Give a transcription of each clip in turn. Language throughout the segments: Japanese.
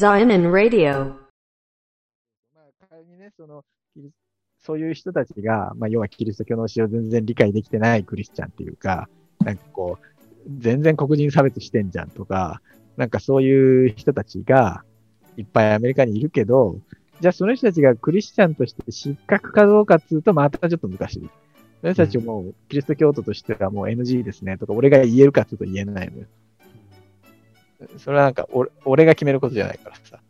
Zion Radio. まあ、仮にね、そういう人たちが、まあ、要はキリスト教の教えを全然理解できてないクリスチャンっていうか、なんかこう、全然黒人差別してんじゃんとか、なんかそういう人たちがいっぱいアメリカにいるけど、じゃあその人たちがクリスチャンとして失格かどうかっていうと、またちょっと難しい。その人たちもキリスト教徒としてはもう NG ですねとか、俺が言えるかっていうと言えないのよ。それはなんか俺が決めることじゃないからさ。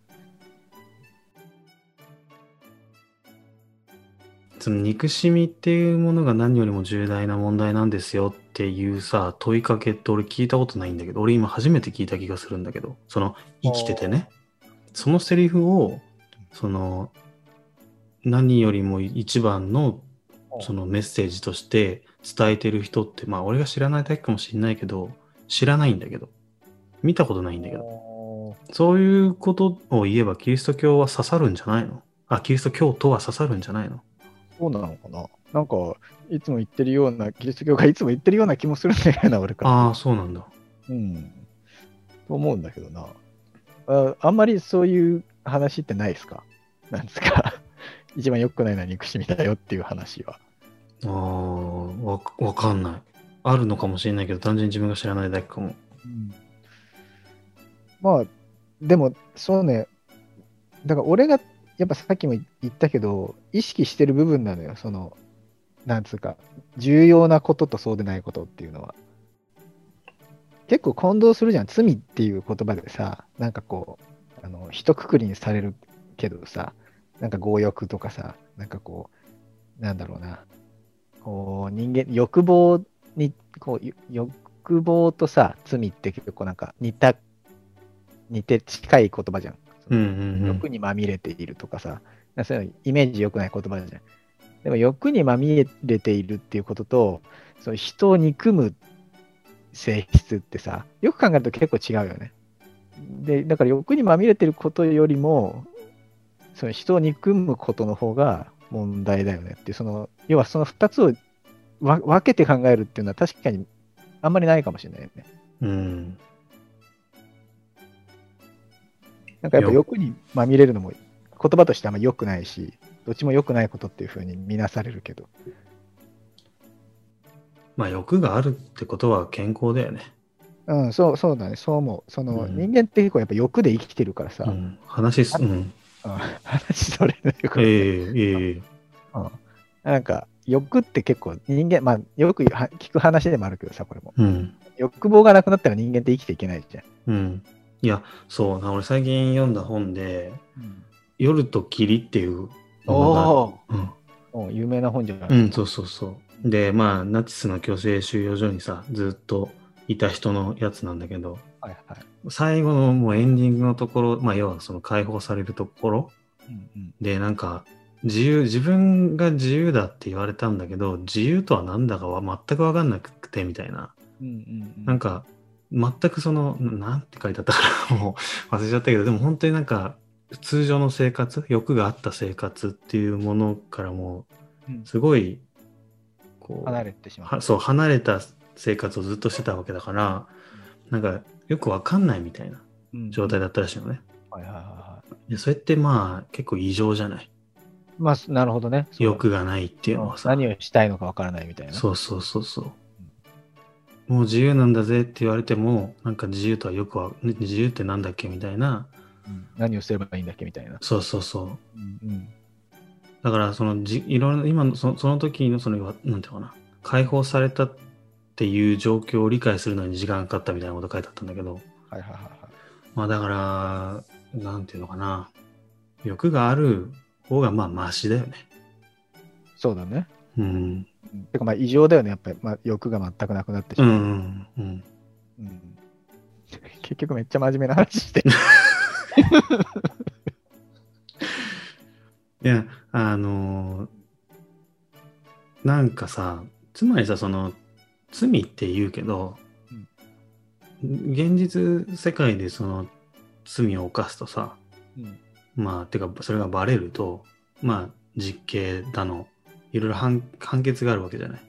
その憎しみっていうものが何よりも重大な問題なんですよっていうさ、問いかけって俺聞いたことないんだけど、俺今初めて聞いた気がするんだけど、その生きててね、そのセリフを、その何よりも一番のそのメッセージとして伝えてる人って、まあ俺が知らないだけかもしれないけど、知らないんだけど、見たことないんだけど、そういうことを言えばキリスト教は刺さるんじゃないの？キリスト教徒は刺さるんじゃないの？ そうなのかな。なんか、いつも言ってるような、キリスト教がいつも言ってるような気もするんだよな、俺から。 ああ、そうなんだ。 うん。と思うんだけどな。あんまりそういう話ってないですか？なんですか？一番良くないのは憎しみだよっていう話は。 わかんない。あるのかもしれないけど、単純に自分が知らないだけかも。 うん、まあ、でも、そうね。だから俺が、やっぱさっきも言ったけど、意識してる部分なのよ。なんつうか、重要なこととそうでないことっていうのは。結構混同するじゃん。罪っていう言葉でさ、なんかこう、一括りにされるけどさ、なんか強欲とかさ、なんかこう、なんだろうな、こう、人間、欲望に、こう、欲望とさ、罪って結構なんか似て近い言葉じゃん。 うんうんうん。 欲にまみれているとかさ、そういうのイメージ良くない言葉じゃん。でも欲にまみれているっていうことと、その人を憎む性質ってさ、よく考えると結構違うよね。で、だから欲にまみれてることよりも、その人を憎むことの方が問題だよねっていう、要はその2つを分けて考えるっていうのは確かにあんまりないかもしれないよね。 うん。 なんかやっぱ欲にまみれるのも言葉としてあんま良くないし、どっちも良くないことっていうふうに見なされるけど。 まあ欲があるってことは健康だよね。 うん、そうだね、そう思う。人間って結構やっぱ欲で生きてるからさ、 うん。話それだよ、これね。なんか、欲って結構人間、まあ、よく聞く話でもあるけどさ、これも。 うん。 欲望がなくなったら人間って生きていけないじゃん。 うん。いや、そうな、俺最近読んだ本で、夜と霧っていうものが、 有名な本じゃない。 うん、そうそうそう。で、まあ、ナチスの強制収容所にさ、ずっといた人のやつなんだけど、 はいはい、 最後のもうエンディングのところ、まあ、要はその解放されるところ、で、なんか、自分が自由だって言われたんだけど、自由とは何だかは全く分かんなくて、みたいな。なんか、全くなんて書いてあったからもう忘れちゃったけど、でも本当になんか、通常の生活、欲があった生活っていうものからも、すごい、こう、 離れてしまう。 そう、離れた生活をずっとしてたわけだから、なんか、よくわかんないみたいな状態だったらしいのね。でそれってまあ、結構異常じゃない？ まあ、なるほどね。 欲がないっていうのはさ。 何をしたいのかわからないみたいな。 そうそうそうそう。もう自由なんだぜって言われても、なんか自由とはよく自由ってなんだっけみたいな。 何をすればいいんだっけみたいな。 そうそうそう。だから、いろんな、今のその時の、なんていうかな、解放されたっていう状況を理解するのに時間かかったみたいなこと書いてあったんだけど、まあだから、なんていうのかな、欲がある方がまあマシだよね。 そうだね。 うん。 てかまあ異常だよね、やっぱり、まあ、欲が全くなくなってしまう。結局めっちゃ真面目な話して。 いや、なんかさ、つまりさ、罪って言うけど、現実世界で罪を犯すとさ、まあ、てか、それがバレると、まあ、実刑だの、いろいろ判決があるわけじゃない。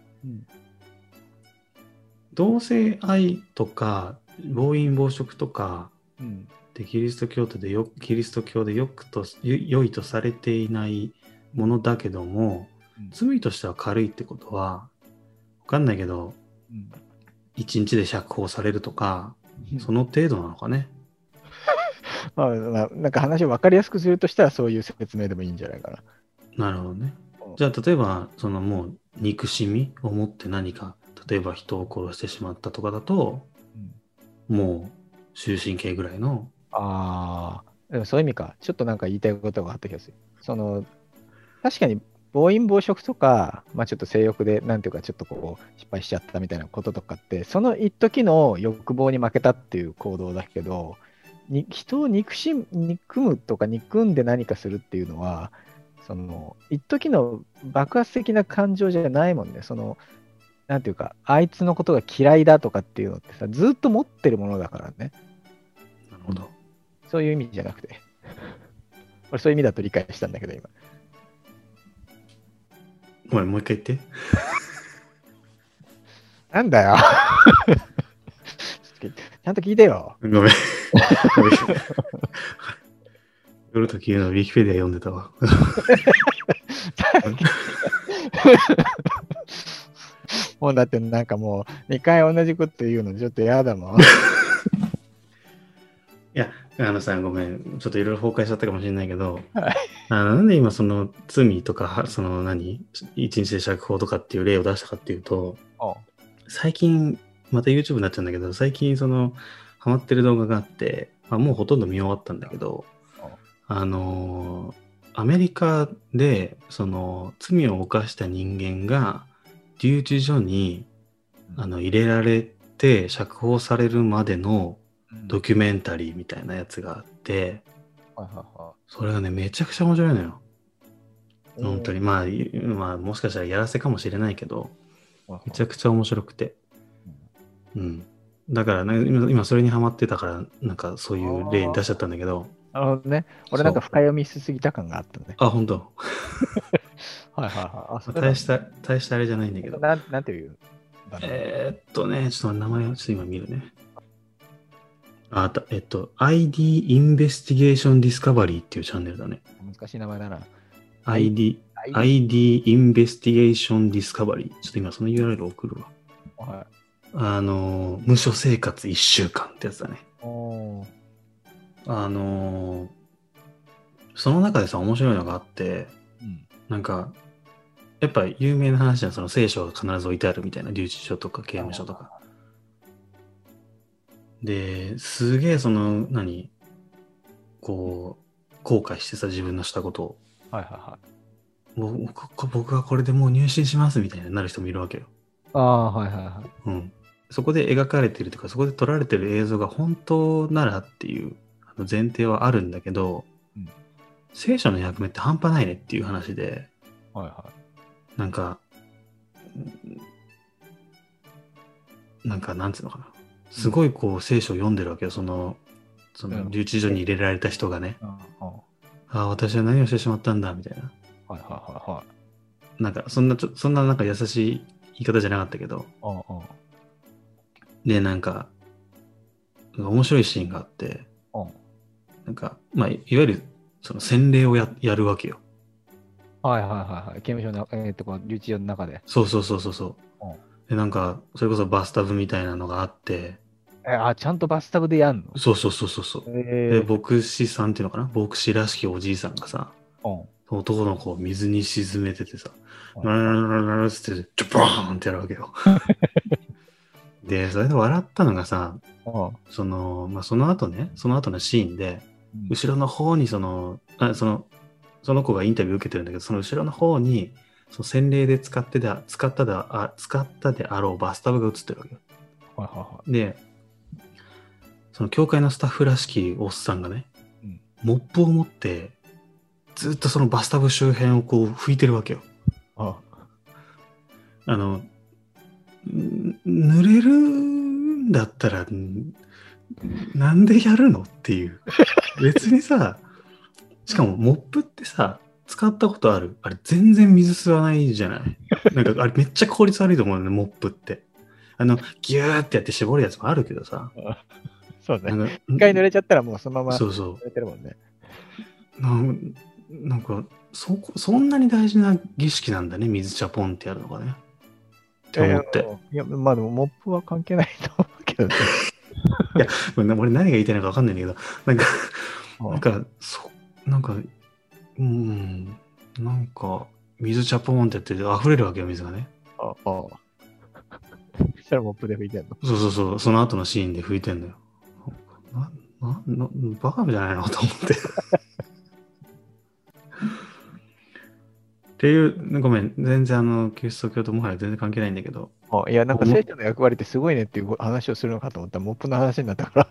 同性愛とか、暴飲暴食とか、 でキリスト教でよ良いとされていないものだけども、罪としては軽いってことはわかんないけど、1日で釈放されるとかその程度なのかね。 まあ、なんか話を分かりやすくするとしたらそういう説明でもいいんじゃないかな。 なるほどね。じゃあ例えばそのもう憎しみを持って何か例えば人を殺してしまったとかだと、もう終身刑ぐらいの。 ああ、でもそういう意味か。ちょっとなんか言いたいことがあった気がする。確かに暴飲暴食とか、まあちょっと性欲で、なんていうか、ちょっとこう、失敗しちゃったみたいなこととかって、その一時の欲望に負けたっていう行動だけど、人を憎むとか憎んで何かするっていうのは、一時の爆発的な感情じゃないもんね。なんていうか、あいつのことが嫌いだとかっていうのってさ、ずっと持ってるものだからね。 なるほど。 そういう意味じゃなくて。俺そういう意味だと理解したんだけど、今。 ごめん、もう一回言って。 なんだよ。ちゃんと聞いてよ。 ごめん。夜と昨日ウィキペディア読んでたわ。 もうだってなんかもう2回同じこと言うのちょっと嫌だもん。 いや、ごめん、ちょっといろいろ崩壊しちゃったかもしれないけど、 はい、 なんで今その罪とか、一日で釈放とかっていう例を出したかっていうと、最近、また YouTube になっちゃうんだけど、最近ハマってる動画があって、もうほとんど見終わったんだけど、アメリカで罪を犯した人間が留置所に入れられて釈放されるまでのドキュメンタリーみたいなやつがあって、それがねめちゃくちゃ面白いのよ。本当にまあもしかしたらやらせかもしれないけど、めちゃくちゃ面白くて、だから、ね、今それにハマってたからなんかそういう例に出しちゃったんだけど。 なるほどね。俺なんか深読みしすぎた感があったね。 あ、本当。大したあれじゃないんだけど。 なんていうちょっと名前をちょっと今見るね。ID Investigation Discovery っていうチャンネルだね。 難しい名前だな。 ID Investigation Discovery。ちょっと今その URL 送るわ。無所生活1週間ってやつだね。その中でさ、面白いのがあって、なんか、やっぱ有名な話じゃん、その聖書が必ず置いてあるみたいな、留置所とか刑務所とか。で、すげえこう、後悔してさ、自分のしたことを。僕はこれでもう入信しますみたいになる人もいるわけよ。そこで描かれてるとか、そこで撮られてる映像が本当ならっていう前提はあるんだけど、聖書の役目って半端ないねっていう話で、なんかなんつうのかな、すごいこう聖書を読んでるわけよ、その留置所に入れられた人がね、私は何をしてしまったんだみたいな、なんかそんななんか優しい言い方じゃなかったけど、でなんか面白いシーンがあって、なんかまあいわゆるその洗礼をやるわけよ。 刑務所の留置所の中で。 そう。でなんかそれこそバスタブみたいなのがあって、 ちゃんとバスタブでやんの？ そう。で牧師さんっていうのかな、牧師らしきおじいさんがさ、男の子を水に沈めててさ、ラララララってジョボーンってやるわけよ。でそれで笑ったのがさ、その後のシーンで、後ろの方にその子がインタビュー受けてるんだけど、その後ろの方にその洗礼で使ったであろうバスタブが映ってるわけよ。でその教会のスタッフらしきおっさんがね、モップを持ってずっとそのバスタブ周辺をこう拭いてるわけよ。濡れるんだったらなんでやるのっていう。別にさ、しかもモップってさ、使ったことある？あれ全然水吸わないじゃない？なんかあれめっちゃ効率悪いと思うよね、モップって。ギューってやって絞るやつもあるけどさ。 そうね。 なんか、 一回濡れちゃったらもうそのままそうそ濡れてるもんね。 う。なんか、そんなに大事な儀式なんだね、水茶ポンってやるのがね。って思って。 いや、まあでもモップは関係ないと思うけどね。 いや、俺何が言いたいのか分かんないんだけど、なんか、 あなんか、なんか、水茶ポンってやって溢れるわけよ、水がね。 あ、ああ。そしたらモップで拭いてんの。 そう、その後のシーンで拭いてんのよ。バカみたいなのと思って。っていう、ごめん、全然キリスト教ともはや全然関係ないんだけど、 いや、なんか聖書の役割ってすごいねっていう話をするのかと思ったら、モップの話になったから。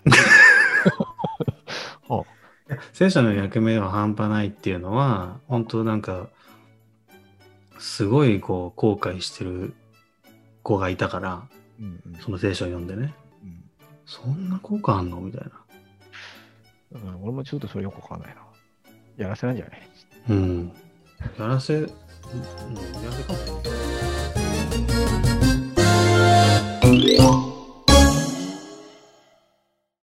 あ聖書の役目は半端ないっていうのは、本当なんか、すごいこう後悔してる子がいたから、 うんうんその聖書を読んでね、 うんそんな効果あんのみたいな。 俺もちょっとそれよくわかんないな。やらせなんじゃない？ うん。やらせかもしれない。